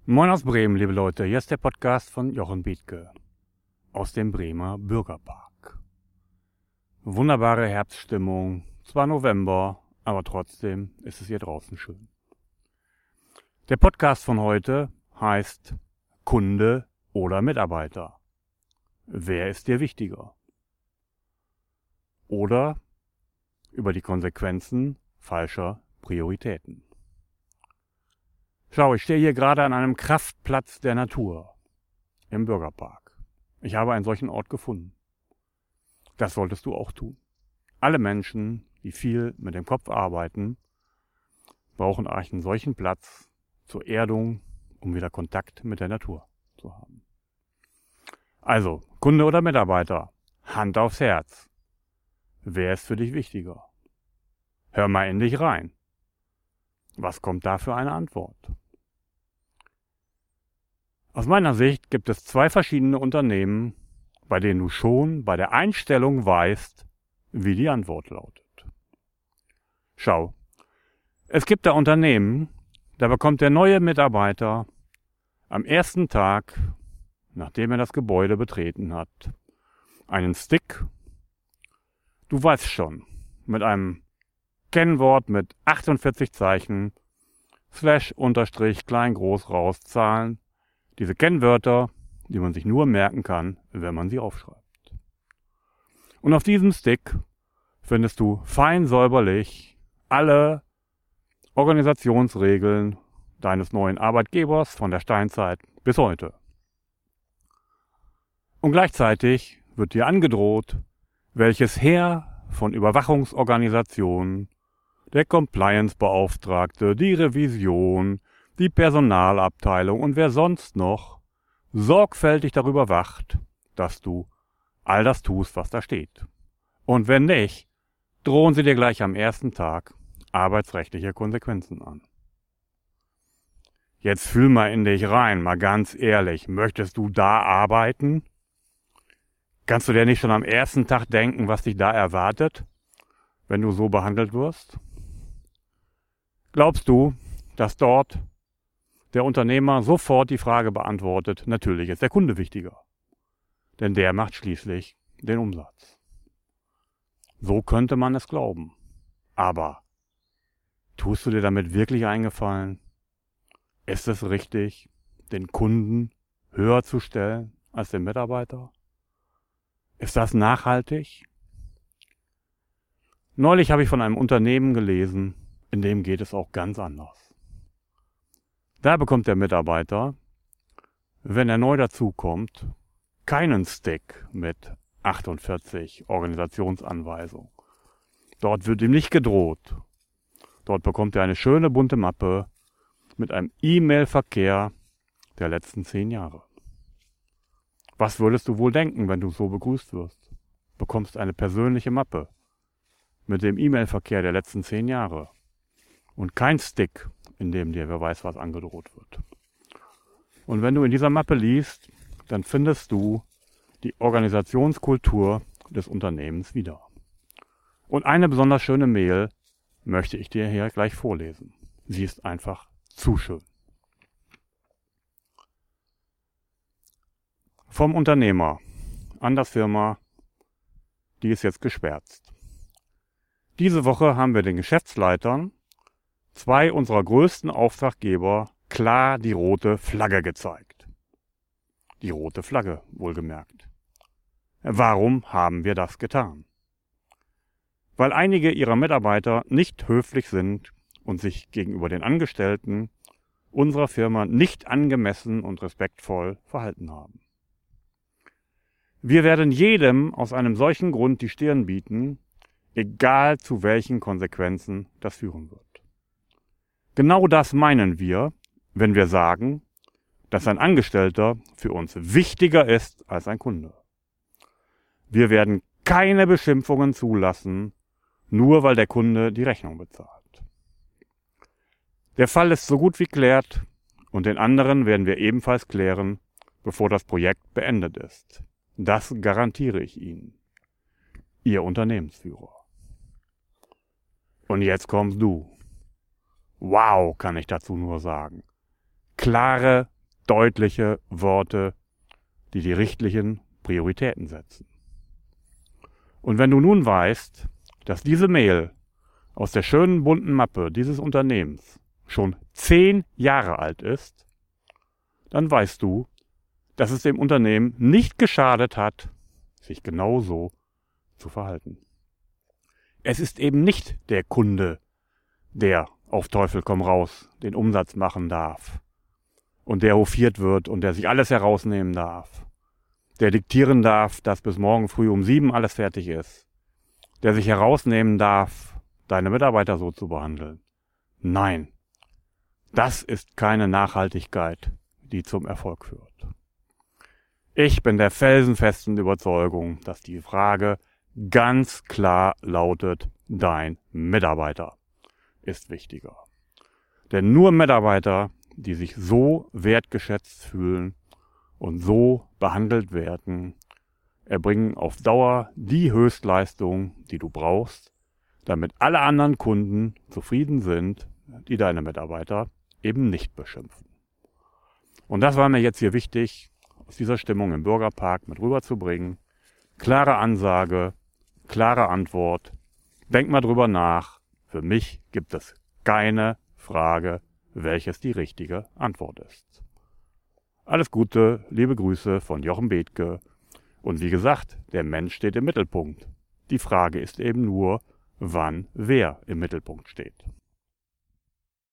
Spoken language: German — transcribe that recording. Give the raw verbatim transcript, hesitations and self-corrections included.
Moin aus Bremen, liebe Leute. Hier ist der Podcast von Jochen Bethke aus dem Bremer Bürgerpark. Wunderbare Herbststimmung, zwar November, aber trotzdem ist es hier draußen schön. Der Podcast von heute heißt Kunde oder Mitarbeiter. Wer ist dir wichtiger? Oder über die Konsequenzen falscher Prioritäten. Schau, ich stehe hier gerade an einem Kraftplatz der Natur im Bürgerpark. Ich habe einen solchen Ort gefunden. Das solltest du auch tun. Alle Menschen, die viel mit dem Kopf arbeiten, brauchen eigentlich einen solchen Platz zur Erdung, um wieder Kontakt mit der Natur zu haben. Also, Kunde oder Mitarbeiter, Hand aufs Herz. Wer ist für dich wichtiger? Hör mal in dich rein. Was kommt da für eine Antwort? Aus meiner Sicht gibt es zwei verschiedene Unternehmen, bei denen du schon bei der Einstellung weißt, wie die Antwort lautet. Schau, es gibt da Unternehmen, da bekommt der neue Mitarbeiter am ersten Tag, nachdem er das Gebäude betreten hat, einen Stick, du weißt schon, mit einem Kennwort mit achtundvierzig Zeichen, Slash, Unterstrich, klein, groß, raus, Zahlen. Diese Kennwörter, die man sich nur merken kann, wenn man sie aufschreibt. Und auf diesem Stick findest du fein säuberlich alle Organisationsregeln deines neuen Arbeitgebers von der Steinzeit bis heute. Und gleichzeitig wird dir angedroht, welches Heer von Überwachungsorganisationen, der Compliance-Beauftragte, die Revision, die Personalabteilung und wer sonst noch sorgfältig darüber wacht, dass du all das tust, was da steht. Und wenn nicht, drohen sie dir gleich am ersten Tag arbeitsrechtliche Konsequenzen an. Jetzt fühl mal in dich rein, mal ganz ehrlich, möchtest du da arbeiten? Kannst du dir nicht schon am ersten Tag denken, was dich da erwartet, wenn du so behandelt wirst? Glaubst du, dass dort der Unternehmer sofort die Frage beantwortet, natürlich ist der Kunde wichtiger, denn der macht schließlich den Umsatz. So könnte man es glauben. Aber tust du dir damit wirklich einen Gefallen? Ist es richtig, den Kunden höher zu stellen als den Mitarbeiter? Ist das nachhaltig? Neulich habe ich von einem Unternehmen gelesen, in dem geht es auch ganz anders. Da bekommt der Mitarbeiter, wenn er neu dazukommt, keinen Stick mit achtundvierzig Organisationsanweisungen. Dort wird ihm nicht gedroht. Dort bekommt er eine schöne bunte Mappe mit einem E-Mail-Verkehr der letzten zehn Jahre. Was würdest du wohl denken, wenn du so begrüßt wirst? Du bekommst eine persönliche Mappe mit dem E-Mail-Verkehr der letzten zehn Jahre. Und kein Stick, in dem dir wer weiß was angedroht wird. Und wenn du in dieser Mappe liest, dann findest du die Organisationskultur des Unternehmens wieder. Und eine besonders schöne Mail möchte ich dir hier gleich vorlesen. Sie ist einfach zu schön. Vom Unternehmer an das Firma, die ist jetzt geschwärzt. Diese Woche haben wir den Geschäftsleitern zwei unserer größten Auftraggeber klar die rote Flagge gezeigt. Die rote Flagge, wohlgemerkt. Warum haben wir das getan? Weil einige ihrer Mitarbeiter nicht höflich sind und sich gegenüber den Angestellten unserer Firma nicht angemessen und respektvoll verhalten haben. Wir werden jedem aus einem solchen Grund die Stirn bieten, egal zu welchen Konsequenzen das führen wird. Genau das meinen wir, wenn wir sagen, dass ein Angestellter für uns wichtiger ist als ein Kunde. Wir werden keine Beschimpfungen zulassen, nur weil der Kunde die Rechnung bezahlt. Der Fall ist so gut wie klärt und den anderen werden wir ebenfalls klären, bevor das Projekt beendet ist. Das garantiere ich Ihnen, Ihr Unternehmensführer. Und jetzt kommst du. Wow, kann ich dazu nur sagen. Klare deutliche Worte, die die richtigen Prioritäten setzen. Und wenn du nun weißt, dass diese Mail aus der schönen bunten Mappe dieses Unternehmens schon zehn Jahre alt ist, dann weißt du, dass es dem Unternehmen nicht geschadet hat, sich genauso zu verhalten. Es ist eben nicht der Kunde, der auf Teufel komm raus den Umsatz machen darf und der hofiert wird und der sich alles herausnehmen darf, der diktieren darf, dass bis morgen früh um sieben alles fertig ist, der sich herausnehmen darf, deine Mitarbeiter so zu behandeln. Nein, das ist keine Nachhaltigkeit, die zum Erfolg führt. Ich bin der felsenfesten Überzeugung, dass die Frage ganz klar lautet, dein Mitarbeiter ist wichtiger. Denn nur Mitarbeiter, die sich so wertgeschätzt fühlen und so behandelt werden, erbringen auf Dauer die Höchstleistung, die du brauchst, damit alle anderen Kunden zufrieden sind, die deine Mitarbeiter eben nicht beschimpfen. Und das war mir jetzt hier wichtig, aus dieser Stimmung im Bürgerpark mit rüberzubringen. Klare Ansage, klare Antwort. Denk mal drüber nach. Für mich gibt es keine Frage, welches die richtige Antwort ist. Alles Gute, liebe Grüße von Jochen Bethke. Und wie gesagt, der Mensch steht im Mittelpunkt. Die Frage ist eben nur, wann wer im Mittelpunkt steht.